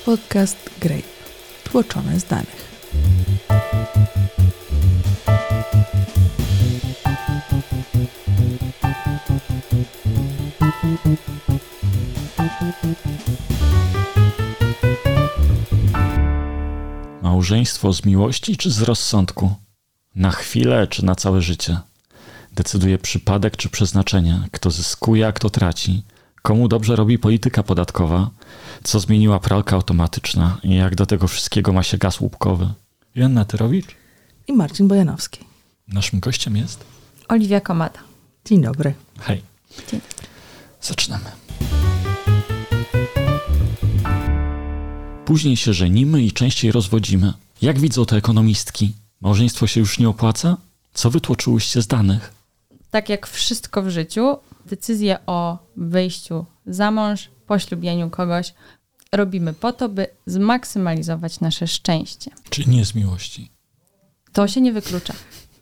Podcast Grape. Tłoczone z danych. Małżeństwo z miłości czy z rozsądku? Na chwilę czy na całe życie? Decyduje przypadek czy przeznaczenie? Kto zyskuje, a kto traci? Komu dobrze robi polityka podatkowa? Co zmieniła pralka automatyczna? I jak do tego wszystkiego ma się gaz łupkowy? Joanna Tyrowicz I Marcin Bojanowski. Naszym gościem jest Oliwia Komata. Dzień dobry. Hej. Dzień dobry. Zaczynamy. Później się żenimy i częściej rozwodzimy. Jak widzą to ekonomistki? Małżeństwo się już nie opłaca? Co wytłoczyłyście z danych? Tak jak wszystko w życiu, decyzję o wyjściu za mąż, poślubieniu kogoś robimy po to, by zmaksymalizować nasze szczęście. Czy nie z miłości? To się nie wyklucza.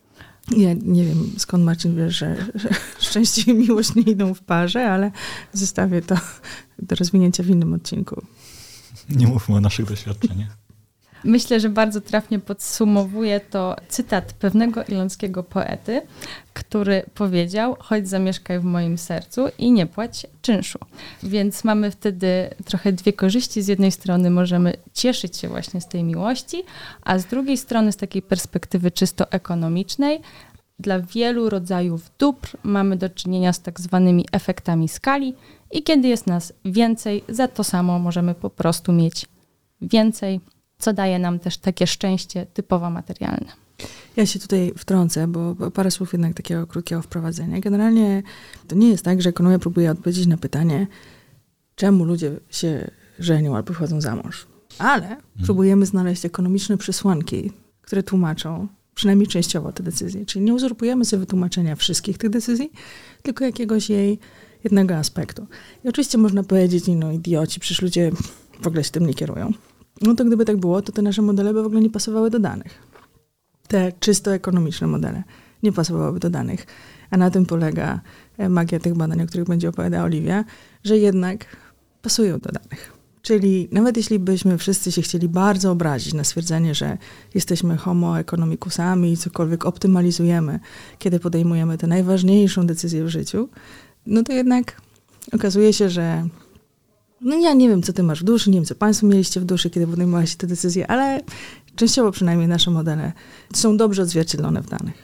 Ja nie wiem, skąd Marcin wie, że szczęście i miłość nie idą w parze, ale zostawię to do rozwinięcia w innym odcinku. Nie mówmy o naszych doświadczeniach. Myślę, że bardzo trafnie podsumowuje to cytat pewnego irlandzkiego poety, który powiedział: chodź zamieszkaj w moim sercu i nie płać czynszu. Więc mamy wtedy trochę dwie korzyści. Z jednej strony możemy cieszyć się właśnie z tej miłości, a z drugiej strony z takiej perspektywy czysto ekonomicznej dla wielu rodzajów dóbr mamy do czynienia z tak zwanymi efektami skali i kiedy jest nas więcej, za to samo możemy po prostu mieć więcej, co daje nam też takie szczęście typowo materialne. Ja się tutaj wtrącę, bo parę słów jednak takiego krótkiego wprowadzenia. Generalnie to nie jest tak, że ekonomia próbuje odpowiedzieć na pytanie, czemu ludzie się żenią albo wychodzą za mąż. Ale próbujemy znaleźć ekonomiczne przesłanki, które tłumaczą przynajmniej częściowo te decyzje. Czyli nie uzurpujemy sobie wytłumaczenia wszystkich tych decyzji, tylko jakiegoś jej jednego aspektu. I oczywiście można powiedzieć, no idioci, przecież ludzie w ogóle się tym nie kierują. No to gdyby tak było, to te nasze modele by w ogóle nie pasowały do danych. Te czysto ekonomiczne modele nie pasowałyby do danych. A na tym polega magia tych badań, o których będzie opowiadała Oliwia, że jednak pasują do danych. Czyli nawet jeśli byśmy wszyscy się chcieli bardzo obrazić na stwierdzenie, że jesteśmy homo economicusami i cokolwiek optymalizujemy, kiedy podejmujemy tę najważniejszą decyzję w życiu, no to jednak okazuje się, że no ja nie wiem, co ty masz w duszy, nie wiem, co państwo mieliście w duszy, kiedy podejmowaliście te decyzje, ale częściowo przynajmniej nasze modele są dobrze odzwierciedlone w danych.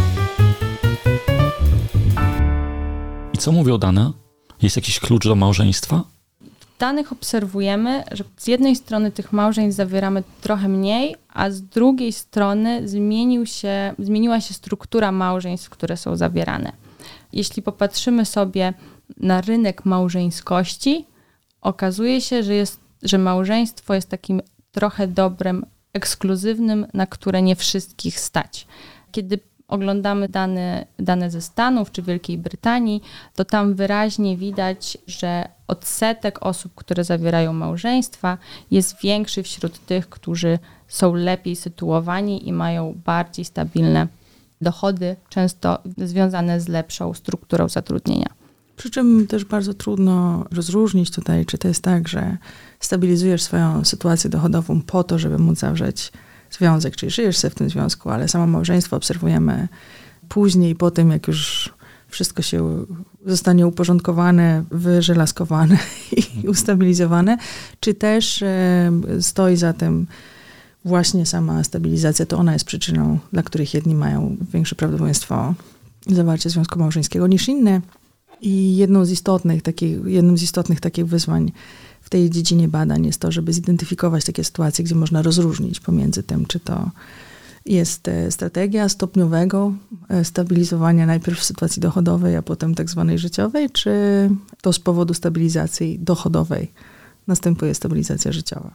I co mówią dane? Jest jakiś klucz do małżeństwa? W danych obserwujemy, że z jednej strony tych małżeństw zawieramy trochę mniej, a z drugiej strony zmieniła się struktura małżeństw, które są zawierane. Jeśli popatrzymy sobie na rynek małżeńskości, okazuje się, że małżeństwo jest takim trochę dobrem ekskluzywnym, na które nie wszystkich stać. Kiedy oglądamy dane ze Stanów czy Wielkiej Brytanii, to tam wyraźnie widać, że odsetek osób, które zawierają małżeństwa, jest większy wśród tych, którzy są lepiej sytuowani i mają bardziej stabilne dochody, często związane z lepszą strukturą zatrudnienia. Przy czym też bardzo trudno rozróżnić tutaj, czy to jest tak, że stabilizujesz swoją sytuację dochodową po to, żeby móc zawrzeć związek, czyli żyjesz sobie w tym związku, ale samo małżeństwo obserwujemy później, po tym, jak już wszystko się zostanie uporządkowane, wyżelaskowane i ustabilizowane, czy też stoi za tym właśnie sama stabilizacja, to ona jest przyczyną, dla których jedni mają większe prawdopodobieństwo zawarcia związku małżeńskiego niż inne. I jednym z istotnych takich wyzwań w tej dziedzinie badań jest to, żeby zidentyfikować takie sytuacje, gdzie można rozróżnić pomiędzy tym, czy to jest strategia stopniowego stabilizowania najpierw w sytuacji dochodowej, a potem tak zwanej życiowej, czy to z powodu stabilizacji dochodowej następuje stabilizacja życiowa.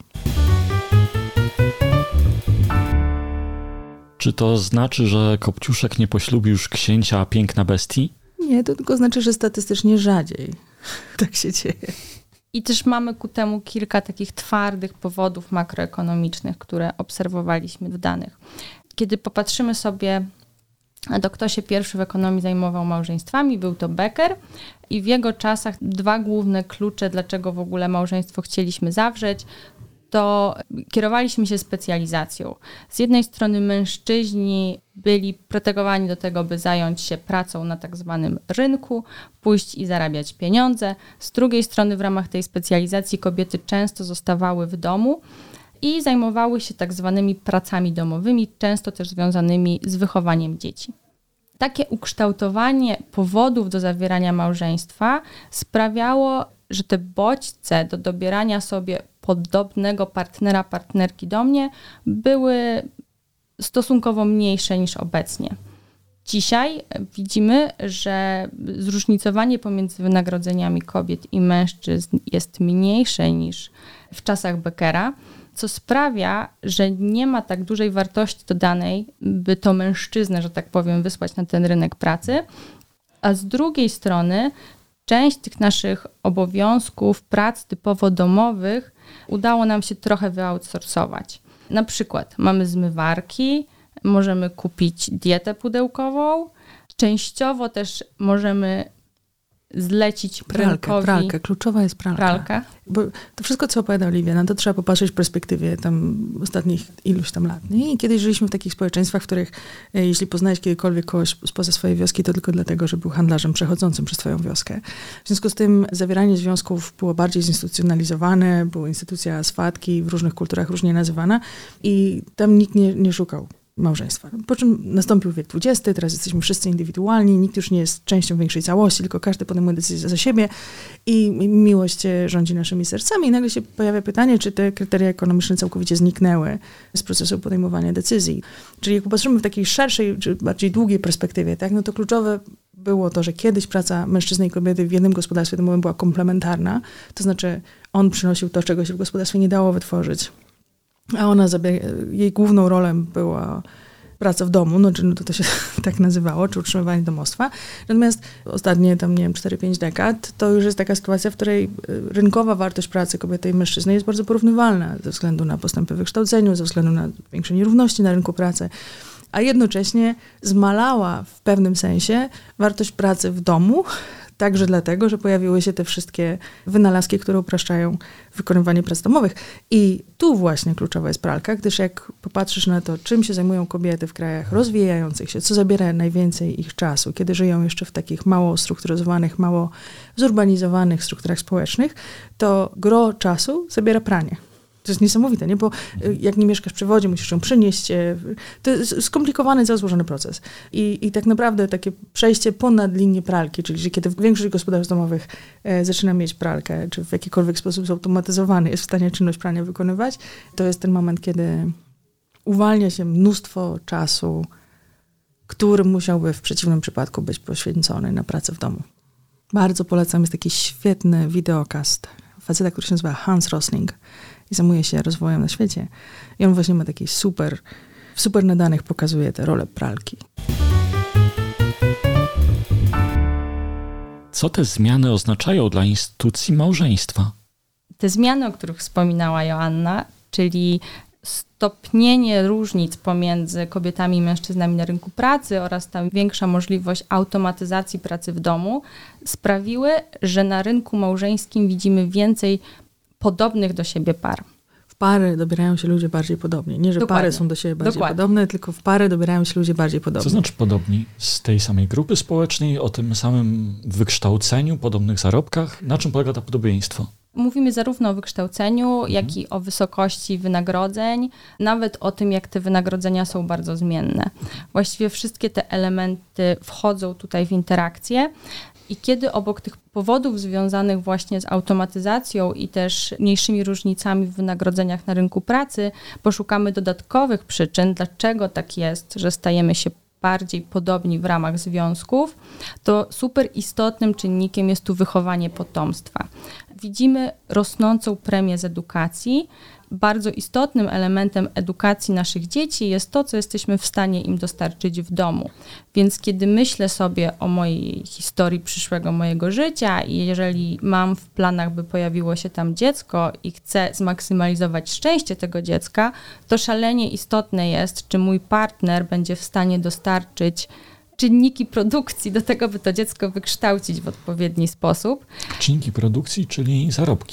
Czy to znaczy, że Kopciuszek nie poślubi już księcia, a piękna bestii? Nie, to tylko znaczy, że statystycznie rzadziej tak się dzieje. I też mamy ku temu kilka takich twardych powodów makroekonomicznych, które obserwowaliśmy w danych. Kiedy popatrzymy sobie, to kto się pierwszy w ekonomii zajmował małżeństwami, był to Becker i w jego czasach dwa główne klucze, dlaczego w ogóle małżeństwo chcieliśmy zawrzeć, to kierowaliśmy się specjalizacją. Z jednej strony mężczyźni byli protegowani do tego, by zająć się pracą na tak zwanym rynku, pójść i zarabiać pieniądze. Z drugiej strony w ramach tej specjalizacji kobiety często zostawały w domu i zajmowały się tak zwanymi pracami domowymi, często też związanymi z wychowaniem dzieci. Takie ukształtowanie powodów do zawierania małżeństwa sprawiało, że te bodźce do dobierania sobie podobnego partnera, partnerki do mnie były stosunkowo mniejsze niż obecnie. Dzisiaj widzimy, że zróżnicowanie pomiędzy wynagrodzeniami kobiet i mężczyzn jest mniejsze niż w czasach Beckera, co sprawia, że nie ma tak dużej wartości dodanej, by to mężczyznę, że tak powiem, wysłać na ten rynek pracy, a z drugiej strony część tych naszych obowiązków, prac typowo domowych udało nam się trochę wyoutsourcować. Na przykład mamy zmywarki, możemy kupić dietę pudełkową, częściowo też możemy zlecić Pralkę. Kluczowa jest pralka. Bo to wszystko, co opowiada Oliwia, na to trzeba popatrzeć w perspektywie tam ostatnich iluś tam lat. Nie? I kiedyś żyliśmy w takich społeczeństwach, w których jeśli poznałeś kiedykolwiek kogoś spoza swojej wioski, to tylko dlatego, że był handlarzem przechodzącym przez twoją wioskę. W związku z tym zawieranie związków było bardziej zinstytucjonalizowane, była instytucja swatki, w różnych kulturach różnie nazywana i tam nikt nie szukał małżeństwa. Po czym nastąpił wiek XX, teraz jesteśmy wszyscy indywidualni, nikt już nie jest częścią większej całości, tylko każdy podejmuje decyzję za siebie i miłość rządzi naszymi sercami. I nagle się pojawia pytanie, czy te kryteria ekonomiczne całkowicie zniknęły z procesu podejmowania decyzji. Czyli jak popatrzymy w takiej szerszej, czy bardziej długiej perspektywie, tak, no to kluczowe było to, że kiedyś praca mężczyzny i kobiety w jednym gospodarstwie domowym była komplementarna, to znaczy on przynosił to, czego się w gospodarstwie nie dało wytworzyć. A ona jej główną rolą była praca w domu, to się tak nazywało, czy utrzymywanie domostwa. Natomiast ostatnie 4-5 dekad to już jest taka sytuacja, w której rynkowa wartość pracy kobiety i mężczyzny jest bardzo porównywalna ze względu na postępy w wykształceniu, ze względu na większe nierówności na rynku pracy, a jednocześnie zmalała w pewnym sensie wartość pracy w domu, także dlatego, że pojawiły się te wszystkie wynalazki, które upraszczają wykonywanie prac domowych. I tu właśnie kluczowa jest pralka, gdyż jak popatrzysz na to, czym się zajmują kobiety w krajach rozwijających się, co zabiera najwięcej ich czasu, kiedy żyją jeszcze w takich mało strukturyzowanych, mało zurbanizowanych strukturach społecznych, to gro czasu zabiera pranie. To jest niesamowite, nie? Bo jak nie mieszkasz przy wodzie, musisz ją przynieść. To jest skomplikowany, złożony proces. I tak naprawdę takie przejście ponad linię pralki, czyli że kiedy większość gospodarstw domowych zaczyna mieć pralkę, czy w jakikolwiek sposób zautomatyzowany jest w stanie czynność prania wykonywać, to jest ten moment, kiedy uwalnia się mnóstwo czasu, który musiałby w przeciwnym przypadku być poświęcony na pracę w domu. Bardzo polecam, jest taki świetny wideokast faceta, który się nazywa Hans Rosling i zajmuje się rozwojem na świecie. I on właśnie ma taki w super nadanych pokazuje tę rolę pralki. Co te zmiany oznaczają dla instytucji małżeństwa? Te zmiany, o których wspominała Joanna, czyli stopnienie różnic pomiędzy kobietami i mężczyznami na rynku pracy oraz ta większa możliwość automatyzacji pracy w domu sprawiły, że na rynku małżeńskim widzimy więcej podobnych do siebie par. W pary dobierają się ludzie bardziej podobni. Nie, że Dokładnie. Pary są do siebie bardziej podobne, tylko w pary dobierają się ludzie bardziej podobni. Co znaczy podobni? Z tej samej grupy społecznej, o tym samym wykształceniu, podobnych zarobkach? Na czym polega to podobieństwo? Mówimy zarówno o wykształceniu, jak i o wysokości wynagrodzeń, nawet o tym, jak te wynagrodzenia są bardzo zmienne. Właściwie wszystkie te elementy wchodzą tutaj w interakcję. I kiedy obok tych powodów związanych właśnie z automatyzacją i też mniejszymi różnicami w wynagrodzeniach na rynku pracy, poszukamy dodatkowych przyczyn, dlaczego tak jest, że stajemy się bardziej podobni w ramach związków, to super istotnym czynnikiem jest tu wychowanie potomstwa. Widzimy rosnącą premię z edukacji. Bardzo istotnym elementem edukacji naszych dzieci jest to, co jesteśmy w stanie im dostarczyć w domu. Więc kiedy myślę sobie o mojej historii przyszłego mojego życia i jeżeli mam w planach, by pojawiło się tam dziecko i chcę zmaksymalizować szczęście tego dziecka, to szalenie istotne jest, czy mój partner będzie w stanie dostarczyć czynniki produkcji do tego, by to dziecko wykształcić w odpowiedni sposób. Czynniki produkcji, czyli zarobki.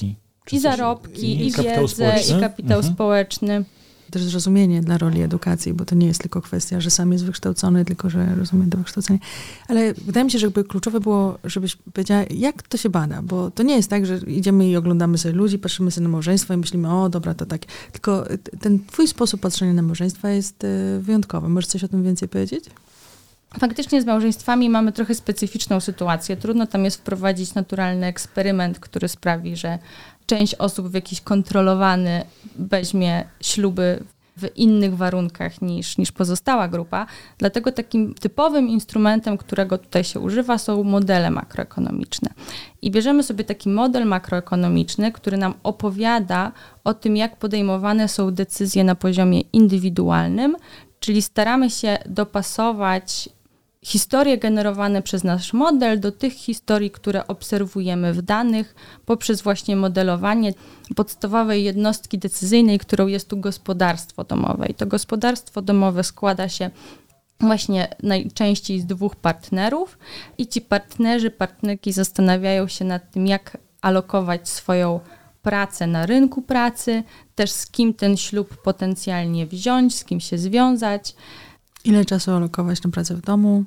I zarobki, i wiedzę, i kapitał społeczny. Też zrozumienie dla roli edukacji, bo to nie jest tylko kwestia, że sam jest wykształcony, tylko że rozumie to wykształcenie. Ale wydaje mi się, że jakby kluczowe było, żebyś powiedziała, jak to się bada, bo to nie jest tak, że idziemy i oglądamy sobie ludzi, patrzymy sobie na małżeństwo i myślimy, o dobra, to tak. Tylko ten twój sposób patrzenia na małżeństwa jest wyjątkowy. Możesz coś o tym więcej powiedzieć? Faktycznie z małżeństwami mamy trochę specyficzną sytuację. Trudno tam jest wprowadzić naturalny eksperyment, który sprawi, że część osób w jakiś kontrolowany weźmie śluby w innych warunkach niż pozostała grupa. Dlatego takim typowym instrumentem, którego tutaj się używa, są modele makroekonomiczne. I bierzemy sobie taki model makroekonomiczny, który nam opowiada o tym, jak podejmowane są decyzje na poziomie indywidualnym, czyli staramy się dopasować historie generowane przez nasz model do tych historii, które obserwujemy w danych poprzez właśnie modelowanie podstawowej jednostki decyzyjnej, którą jest tu gospodarstwo domowe. I to gospodarstwo domowe składa się właśnie najczęściej z 2 partnerów i ci partnerki zastanawiają się nad tym, jak alokować swoją pracę na rynku pracy, też z kim ten ślub potencjalnie wziąć, z kim się związać. Ile czasu alokować na pracę w domu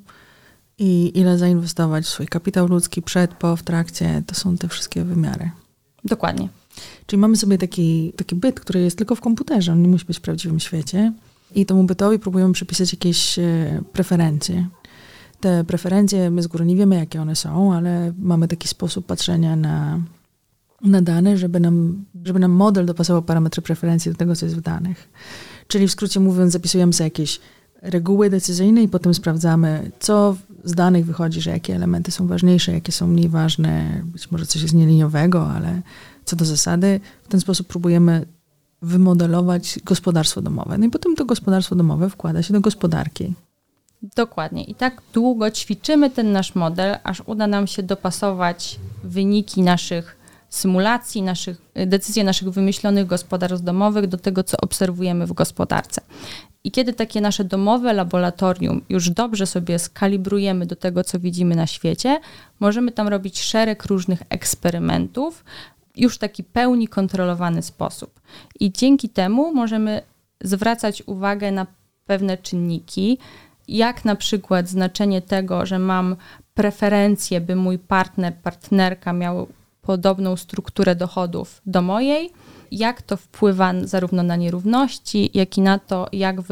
i ile zainwestować w swój kapitał ludzki przed, po, w trakcie. To są te wszystkie wymiary. Dokładnie. Czyli mamy sobie taki byt, który jest tylko w komputerze. On nie musi być w prawdziwym świecie. I temu bytowi próbujemy przypisać jakieś preferencje. Te preferencje, my z góry nie wiemy, jakie one są, ale mamy taki sposób patrzenia na dane, żeby nam model dopasował parametry preferencji do tego, co jest w danych. Czyli w skrócie mówiąc, zapisujemy sobie jakieś reguły decyzyjne i potem sprawdzamy, co z danych wychodzi, że jakie elementy są ważniejsze, jakie są mniej ważne, być może coś jest nieliniowego, ale co do zasady, w ten sposób próbujemy wymodelować gospodarstwo domowe. No i potem to gospodarstwo domowe wkłada się do gospodarki. Dokładnie. I tak długo ćwiczymy ten nasz model, aż uda nam się dopasować wyniki naszych symulacji, decyzje naszych wymyślonych gospodarstw domowych do tego, co obserwujemy w gospodarce. I kiedy takie nasze domowe laboratorium już dobrze sobie skalibrujemy do tego, co widzimy na świecie, możemy tam robić szereg różnych eksperymentów, już w taki pełni kontrolowany sposób. I dzięki temu możemy zwracać uwagę na pewne czynniki, jak na przykład znaczenie tego, że mam preferencje, by mój partnerka miał podobną strukturę dochodów do mojej, jak to wpływa zarówno na nierówności, jak i na to,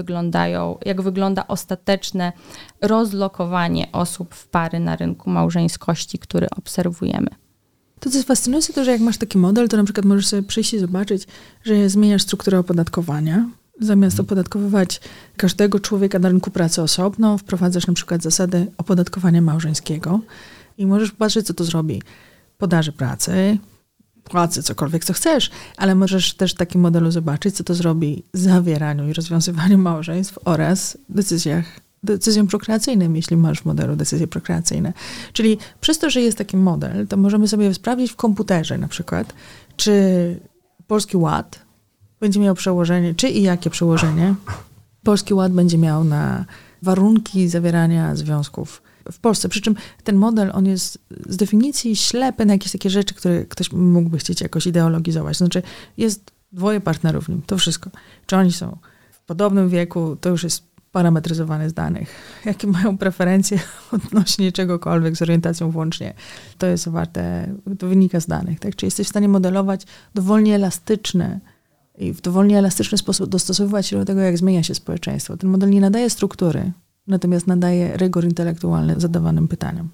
jak wygląda ostateczne rozlokowanie osób w pary na rynku małżeńskości, który obserwujemy. To, co jest fascynujące, to, że jak masz taki model, to na przykład możesz sobie przyjść i zobaczyć, że zmieniasz strukturę opodatkowania. Zamiast opodatkowywać każdego człowieka na rynku pracy osobno, wprowadzasz na przykład zasady opodatkowania małżeńskiego i możesz popatrzeć, co to zrobi podaży pracy, płacy, cokolwiek, co chcesz, ale możesz też w takim modelu zobaczyć, co to zrobi zawieraniu i rozwiązywaniu małżeństw oraz decyzjom prokreacyjnym, jeśli masz w modelu decyzje prokreacyjne. Czyli przez to, że jest taki model, to możemy sobie sprawdzić w komputerze na przykład, czy Polski Ład będzie miał przełożenie, czy i jakie przełożenie Polski Ład będzie miał na warunki zawierania związków w Polsce. Przy czym ten model, on jest z definicji ślepy na jakieś takie rzeczy, które ktoś mógłby chcieć jakoś ideologizować. Znaczy, jest 2 partnerów w nim, to wszystko. Czy oni są w podobnym wieku, to już jest parametryzowane z danych. Jakie mają preferencje odnośnie czegokolwiek z orientacją włącznie, to jest to wynika z danych. Tak? Czy jesteś w stanie modelować dowolnie elastyczne i w dowolnie elastyczny sposób dostosowywać się do tego, jak zmienia się społeczeństwo. Ten model nie nadaje struktury, natomiast nadaje rygor intelektualny zadawanym pytaniom.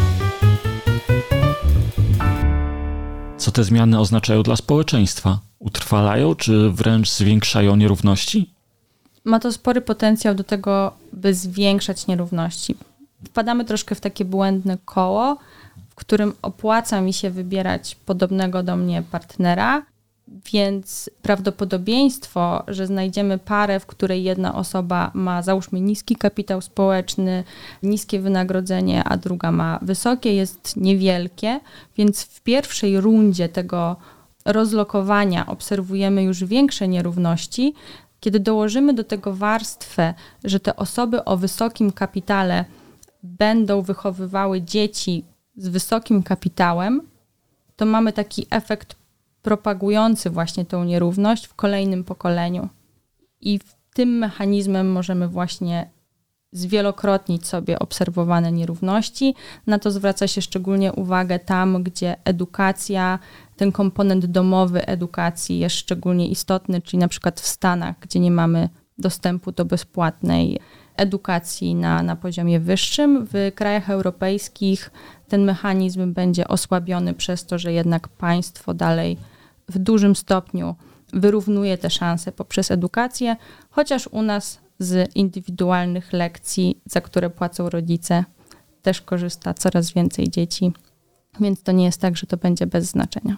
Co te zmiany oznaczają dla społeczeństwa? Utrwalają, czy wręcz zwiększają nierówności? Ma to spory potencjał do tego, by zwiększać nierówności. Wpadamy troszkę w takie błędne koło, w którym opłaca mi się wybierać podobnego do mnie partnera, więc prawdopodobieństwo, że znajdziemy parę, w której jedna osoba ma, załóżmy, niski kapitał społeczny, niskie wynagrodzenie, a druga ma wysokie, jest niewielkie, więc w pierwszej rundzie tego rozlokowania obserwujemy już większe nierówności. Kiedy dołożymy do tego warstwę, że te osoby o wysokim kapitale będą wychowywały dzieci z wysokim kapitałem, to mamy taki efekt propagujący właśnie tą nierówność w kolejnym pokoleniu. I tym mechanizmem możemy właśnie zwielokrotnić sobie obserwowane nierówności. Na to zwraca się szczególnie uwagę tam, gdzie edukacja, ten komponent domowy edukacji jest szczególnie istotny, czyli na przykład w Stanach, gdzie nie mamy dostępu do bezpłatnej edukacji na poziomie wyższym. W krajach europejskich ten mechanizm będzie osłabiony przez to, że jednak państwo dalej w dużym stopniu wyrównuje te szanse poprzez edukację, chociaż u nas z indywidualnych lekcji, za które płacą rodzice, też korzysta coraz więcej dzieci, więc to nie jest tak, że to będzie bez znaczenia.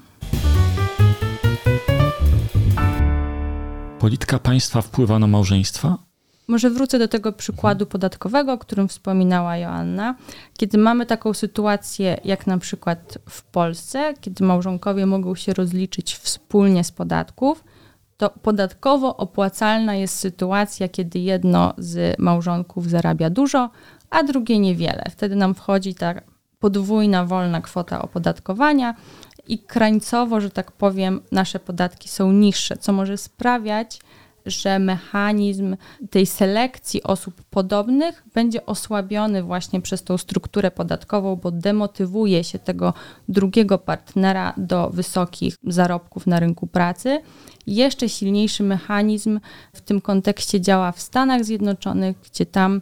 Polityka państwa wpływa na małżeństwa? Może wrócę do tego przykładu podatkowego, o którym wspominała Joanna. Kiedy mamy taką sytuację, jak na przykład w Polsce, kiedy małżonkowie mogą się rozliczyć wspólnie z podatków, to podatkowo opłacalna jest sytuacja, kiedy jedno z małżonków zarabia dużo, a drugie niewiele. Wtedy nam wchodzi ta podwójna wolna kwota opodatkowania i krańcowo, że tak powiem, nasze podatki są niższe, co może sprawiać, że mechanizm tej selekcji osób podobnych będzie osłabiony właśnie przez tą strukturę podatkową, bo demotywuje się tego drugiego partnera do wysokich zarobków na rynku pracy. Jeszcze silniejszy mechanizm w tym kontekście działa w Stanach Zjednoczonych, gdzie tam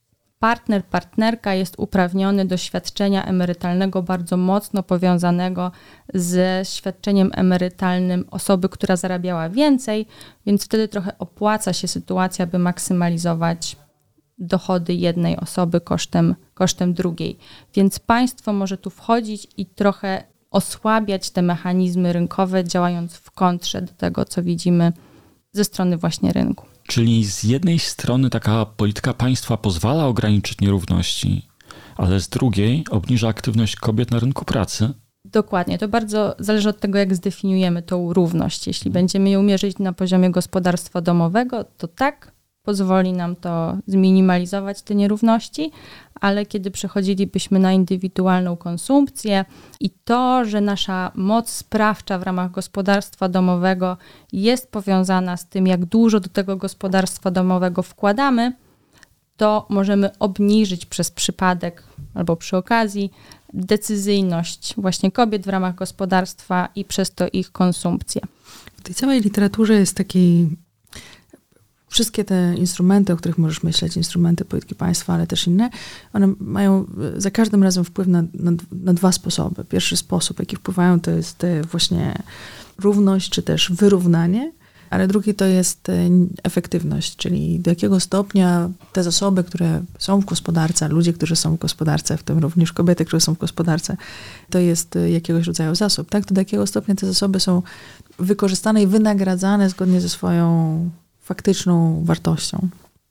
partnerka jest uprawniony do świadczenia emerytalnego bardzo mocno powiązanego ze świadczeniem emerytalnym osoby, która zarabiała więcej, więc wtedy trochę opłaca się sytuacja, by maksymalizować dochody jednej osoby kosztem drugiej. Więc państwo może tu wchodzić i trochę osłabiać te mechanizmy rynkowe, działając w kontrze do tego, co widzimy ze strony właśnie rynku. Czyli z jednej strony taka polityka państwa pozwala ograniczyć nierówności, ale z drugiej obniża aktywność kobiet na rynku pracy? Dokładnie. To bardzo zależy od tego, jak zdefiniujemy tą równość. Jeśli będziemy ją mierzyć na poziomie gospodarstwa domowego, to tak, pozwoli nam to zminimalizować te nierówności, ale kiedy przechodzilibyśmy na indywidualną konsumpcję i to, że nasza moc sprawcza w ramach gospodarstwa domowego jest powiązana z tym, jak dużo do tego gospodarstwa domowego wkładamy, to możemy obniżyć przez przypadek albo przy okazji decyzyjność właśnie kobiet w ramach gospodarstwa i przez to ich konsumpcję. W tej całej literaturze jest taki... Wszystkie te instrumenty, o których możesz myśleć, instrumenty polityki państwa, ale też inne, one mają za każdym razem wpływ na dwa sposoby. Pierwszy sposób, jaki wpływają, to jest właśnie równość, czy też wyrównanie, ale drugi to jest efektywność, czyli do jakiego stopnia te zasoby, które są w gospodarce, ludzie, którzy są w gospodarce, w tym również kobiety, które są w gospodarce, to jest jakiegoś rodzaju zasób, tak? To do jakiego stopnia te zasoby są wykorzystane i wynagradzane zgodnie ze swoją faktyczną wartością.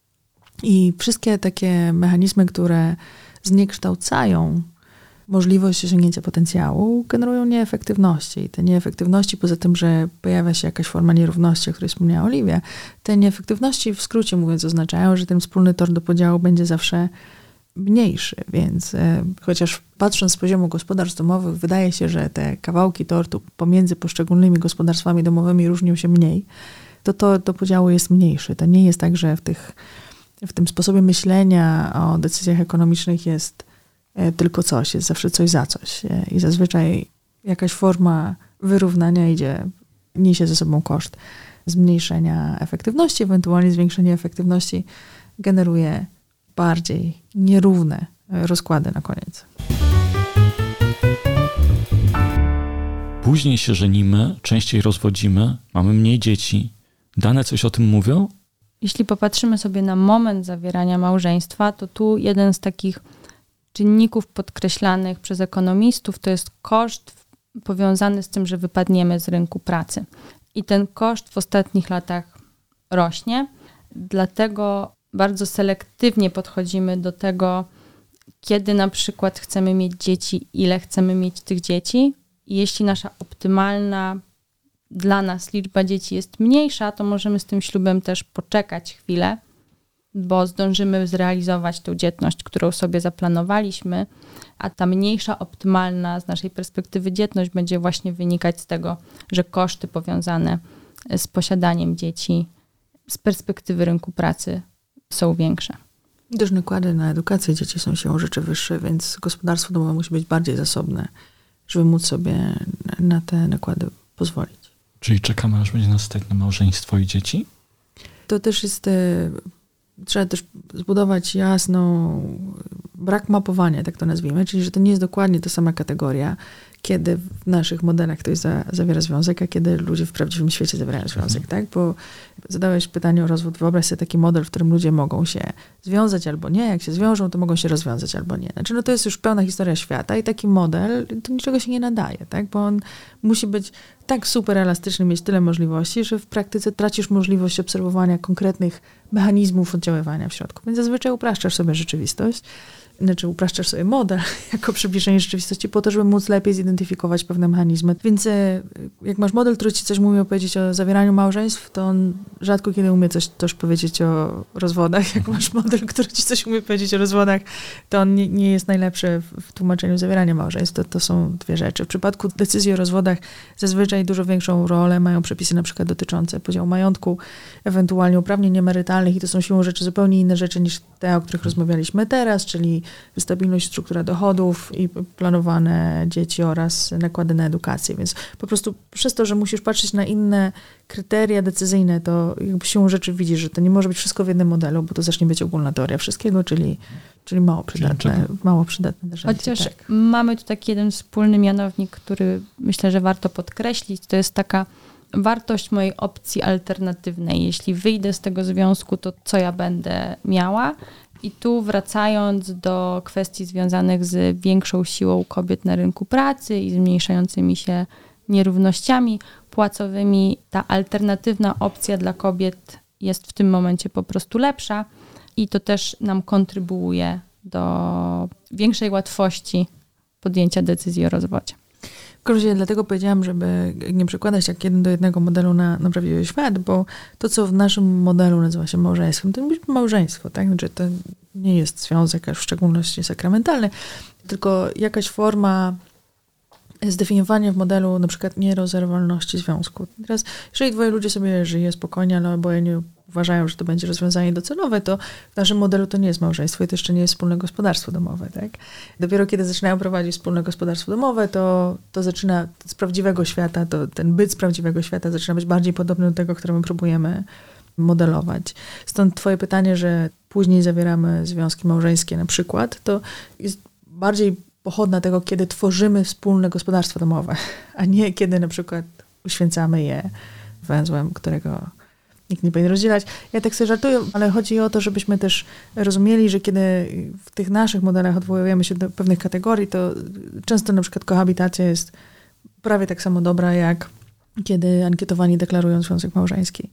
I wszystkie takie mechanizmy, które zniekształcają możliwość osiągnięcia potencjału, generują nieefektywności. I te nieefektywności, poza tym, że pojawia się jakaś forma nierówności, o której wspomniała Oliwia, te nieefektywności, w skrócie mówiąc, oznaczają, że ten wspólny tor do podziału będzie zawsze mniejszy. Więc chociaż patrząc z poziomu gospodarstw domowych, wydaje się, że te kawałki tortu pomiędzy poszczególnymi gospodarstwami domowymi różnią się mniej, to do podziału jest mniejszy. To nie jest tak, że w tym sposobie myślenia o decyzjach ekonomicznych jest tylko coś, jest zawsze coś za coś. I zazwyczaj jakaś forma wyrównania niesie ze sobą koszt zmniejszenia efektywności, ewentualnie zwiększenie efektywności generuje bardziej nierówne rozkłady na koniec. Później się żenimy, częściej rozwodzimy, mamy mniej dzieci. Dane coś o tym mówią? Jeśli popatrzymy sobie na moment zawierania małżeństwa, to tu jeden z takich czynników podkreślanych przez ekonomistów to jest koszt powiązany z tym, że wypadniemy z rynku pracy. I ten koszt w ostatnich latach rośnie, dlatego bardzo selektywnie podchodzimy do tego, kiedy na przykład chcemy mieć dzieci, ile chcemy mieć tych dzieci. I jeśli nasza optymalna dla nas liczba dzieci jest mniejsza, to możemy z tym ślubem też poczekać chwilę, bo zdążymy zrealizować tę dzietność, którą sobie zaplanowaliśmy, a ta mniejsza, optymalna z naszej perspektywy dzietność będzie właśnie wynikać z tego, że koszty powiązane z posiadaniem dzieci z perspektywy rynku pracy są większe. Też nakłady na edukację dzieci są siłą rzeczy wyższe, więc gospodarstwo domowe musi być bardziej zasobne, żeby móc sobie na te nakłady pozwolić. Czyli czekamy, aż będzie następne małżeństwo i dzieci? To też jest... Trzeba też zbudować brak mapowania, tak to nazwijmy, czyli że to nie jest dokładnie ta sama kategoria, kiedy w naszych modelach ktoś zawiera związek, a kiedy ludzie w prawdziwym świecie zawierają związek, tak? Bo zadałeś pytanie o rozwód. Wyobraź sobie taki model, w którym ludzie mogą się związać albo nie. Jak się zwiążą, to mogą się rozwiązać albo nie. Znaczy, to jest już pełna historia świata i taki model do niczego się nie nadaje, tak? Bo on musi być tak super elastyczny, mieć tyle możliwości, że w praktyce tracisz możliwość obserwowania konkretnych mechanizmów oddziaływania w środku. Więc zazwyczaj upraszczasz sobie rzeczywistość, znaczy upraszczasz sobie model jako przybliżenie rzeczywistości po to, żeby móc lepiej zidentyfikować pewne mechanizmy. Więc jak masz model, który ci coś umie opowiedzieć o zawieraniu małżeństw, to on rzadko kiedy umie coś powiedzieć o rozwodach. Jak masz model, który ci coś umie powiedzieć o rozwodach, to on nie jest najlepszy w tłumaczeniu zawierania małżeństw. To są dwie rzeczy. W przypadku decyzji o rozwodach zazwyczaj dużo większą rolę mają przepisy na przykład dotyczące podziału majątku, ewentualnie uprawnień emerytalnych i to są siłą rzeczy zupełnie inne rzeczy niż te, o których rozmawialiśmy teraz, czyli stabilność, struktura dochodów i planowane dzieci oraz nakłady na edukację. Więc po prostu przez to, że musisz patrzeć na inne kryteria decyzyjne, to jakby siłą rzeczy widzisz, że to nie może być wszystko w jednym modelu, bo to zacznie być ogólna teoria wszystkiego, czyli mało przydatne narzędzie. Chociaż tak. Mamy tu taki jeden wspólny mianownik, który myślę, że warto podkreślić. To jest taka wartość mojej opcji alternatywnej. Jeśli wyjdę z tego związku, to co ja będę miała? I tu wracając do kwestii związanych z większą siłą kobiet na rynku pracy i zmniejszającymi się nierównościami płacowymi, ta alternatywna opcja dla kobiet jest w tym momencie po prostu lepsza i to też nam kontrybuuje do większej łatwości podjęcia decyzji o rozwodzie. Dlatego powiedziałam, żeby nie przekładać tak 1:1 modelu na prawdziwy świat, bo to, co w naszym modelu nazywa się małżeństwem, to jest małżeństwo, tak? Znaczy, to nie jest związek, a w szczególności sakramentalny, tylko jakaś forma zdefiniowania w modelu na przykład nierozerwalności związku. Teraz, jeżeli dwoje ludzi sobie żyje spokojnie, ale oboje nie uważają, że to będzie rozwiązanie docelowe, to w naszym modelu to nie jest małżeństwo i to jeszcze nie jest wspólne gospodarstwo domowe. Tak? Dopiero kiedy zaczynają prowadzić wspólne gospodarstwo domowe, to zaczyna z prawdziwego świata, to ten byt z prawdziwego świata zaczyna być bardziej podobny do tego, które my próbujemy modelować. Stąd twoje pytanie, że później zawieramy związki małżeńskie na przykład, to jest bardziej pochodna tego, kiedy tworzymy wspólne gospodarstwo domowe, a nie kiedy na przykład uświęcamy je węzłem, którego nikt nie powinien rozdzielać. Ja tak sobie żartuję, ale chodzi o to, żebyśmy też rozumieli, że kiedy w tych naszych modelach odwołujemy się do pewnych kategorii, to często na przykład kohabitacja jest prawie tak samo dobra, jak kiedy ankietowani deklarują związek małżeński.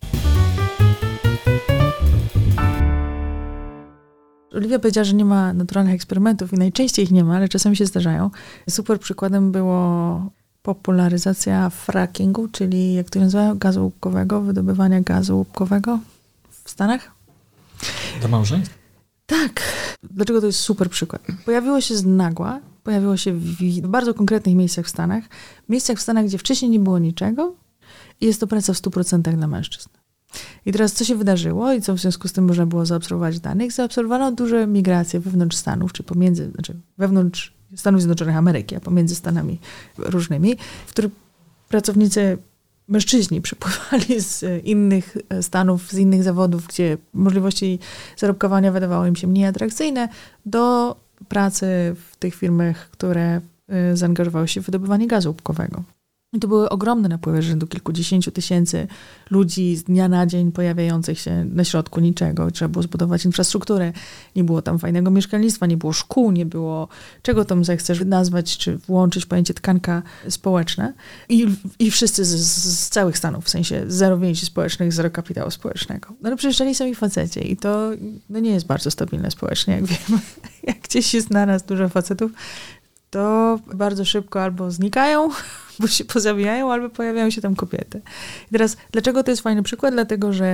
Oliwia powiedziała, że nie ma naturalnych eksperymentów i najczęściej ich nie ma, ale czasami się zdarzają. Super przykładem było popularyzacja frackingu, czyli jak to się nazywa, gazu łupkowego, wydobywania gazu łupkowego w Stanach. Do małżeństw? Tak. Dlaczego to jest super przykład? Pojawiło się z nagła, pojawiło się w bardzo konkretnych miejscach w Stanach, gdzie wcześniej nie było niczego i jest to praca w 100% dla mężczyzn. I teraz co się wydarzyło i co w związku z tym można było zaobserwować danych? Zaobserwowano duże migracje wewnątrz Stanów, czy wewnątrz Stanów Zjednoczonych Ameryki, a pomiędzy Stanami różnymi, w których pracownicy mężczyźni przypływali z innych stanów, z innych zawodów, gdzie możliwości zarobkowania wydawały im się mniej atrakcyjne, do pracy w tych firmach, które zaangażowały się w wydobywanie gazu łupkowego. I to były ogromne napływy rzędu kilkudziesięciu tysięcy ludzi z dnia na dzień pojawiających się na środku niczego. Trzeba było zbudować infrastrukturę. Nie było tam fajnego mieszkalnictwa, nie było szkół, nie było czego tam zechcesz nazwać, czy włączyć pojęcie tkanka społeczna. I wszyscy z całych Stanów, w sensie zero więzi społecznych, zero kapitału społecznego. No ale przyjeżdżali sami faceci i to nie jest bardzo stabilne społecznie, jak wiemy. Jak gdzieś jest naraz dużo facetów, to bardzo szybko albo znikają, bo się pozabijają, albo pojawiają się tam kobiety. I teraz, dlaczego to jest fajny przykład? Dlatego, że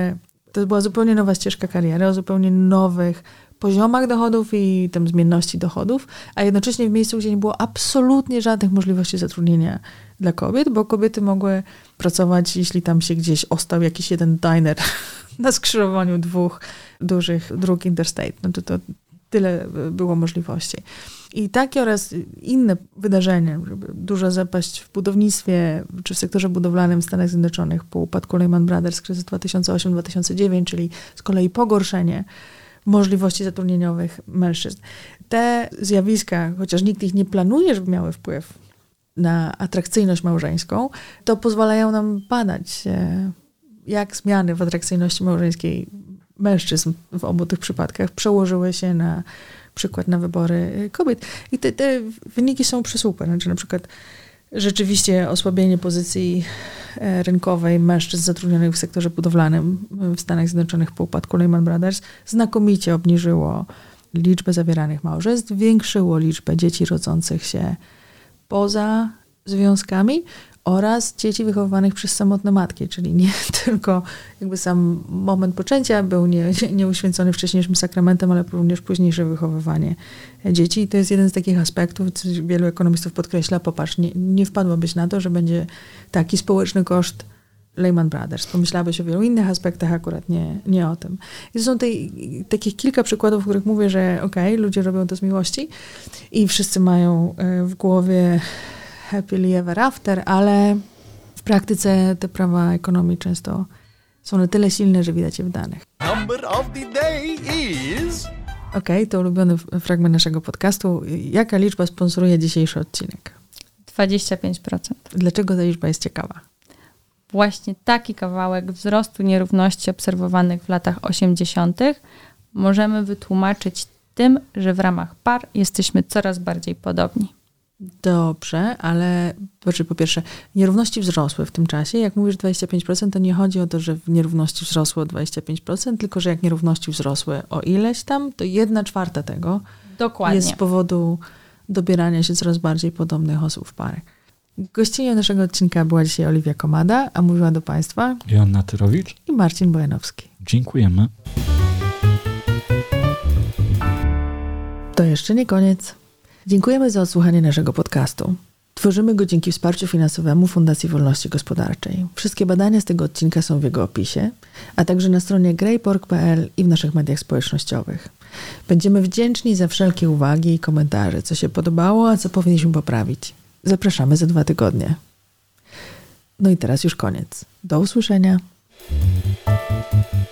To była zupełnie nowa ścieżka kariery, o zupełnie nowych poziomach dochodów i tam zmienności dochodów, a jednocześnie w miejscu, gdzie nie było absolutnie żadnych możliwości zatrudnienia dla kobiet, bo kobiety mogły pracować, jeśli tam się gdzieś ostał jakiś jeden diner na skrzyżowaniu 2 dużych dróg interstate. No to tyle było możliwości. I takie oraz inne wydarzenia, duża zapaść w budownictwie czy w sektorze budowlanym w Stanach Zjednoczonych po upadku Lehman Brothers, kryzys 2008-2009, czyli z kolei pogorszenie możliwości zatrudnieniowych mężczyzn. Te zjawiska, chociaż nikt ich nie planuje, żeby miały wpływ na atrakcyjność małżeńską, to pozwalają nam badać, jak zmiany w atrakcyjności małżeńskiej mężczyzn w obu tych przypadkach przełożyły się na przykład na wybory kobiet. I te wyniki są przesłupe. Znaczy na przykład rzeczywiście osłabienie pozycji rynkowej mężczyzn zatrudnionych w sektorze budowlanym w Stanach Zjednoczonych po upadku Lehman Brothers znakomicie obniżyło liczbę zawieranych małżeństw, zwiększyło liczbę dzieci rodzących się poza związkami oraz dzieci wychowywanych przez samotne matki, czyli nie tylko jakby sam moment poczęcia był nieuświęcony wcześniejszym sakramentem, ale również późniejsze wychowywanie dzieci. I to jest jeden z takich aspektów, co wielu ekonomistów podkreśla, popatrz, nie wpadłabyś na to, że będzie taki społeczny koszt Lehman Brothers. Pomyślałabyś o wielu innych aspektach, akurat nie o tym. I to są takich kilka przykładów, w których mówię, że ludzie robią to z miłości i wszyscy mają w głowie happily ever after, ale w praktyce te prawa ekonomii często są na tyle silne, że widać je w danych. Number of the day is... To ulubiony fragment naszego podcastu. Jaka liczba sponsoruje dzisiejszy odcinek? 25%. Dlaczego ta liczba jest ciekawa? Właśnie taki kawałek wzrostu nierówności obserwowanych w latach 80. możemy wytłumaczyć tym, że w ramach par jesteśmy coraz bardziej podobni. Dobrze, ale po pierwsze, nierówności wzrosły w tym czasie. Jak mówisz 25%, to nie chodzi o to, że nierówności wzrosły o 25%, tylko że jak nierówności wzrosły o ileś tam, to 1/4 tego Dokładnie. jest z powodu dobierania się coraz bardziej podobnych osób w pary. Gościnią naszego odcinka była dzisiaj Oliwia Komada, a mówiła do Państwa Joanna Tyrowicz i Marcin Bojanowski. Dziękujemy. To jeszcze nie koniec. Dziękujemy za odsłuchanie naszego podcastu. Tworzymy go dzięki wsparciu finansowemu Fundacji Wolności Gospodarczej. Wszystkie badania z tego odcinka są w jego opisie, a także na stronie greypork.pl i w naszych mediach społecznościowych. Będziemy wdzięczni za wszelkie uwagi i komentarze, co się podobało, a co powinniśmy poprawić. Zapraszamy za 2 tygodnie. No i teraz już koniec. Do usłyszenia.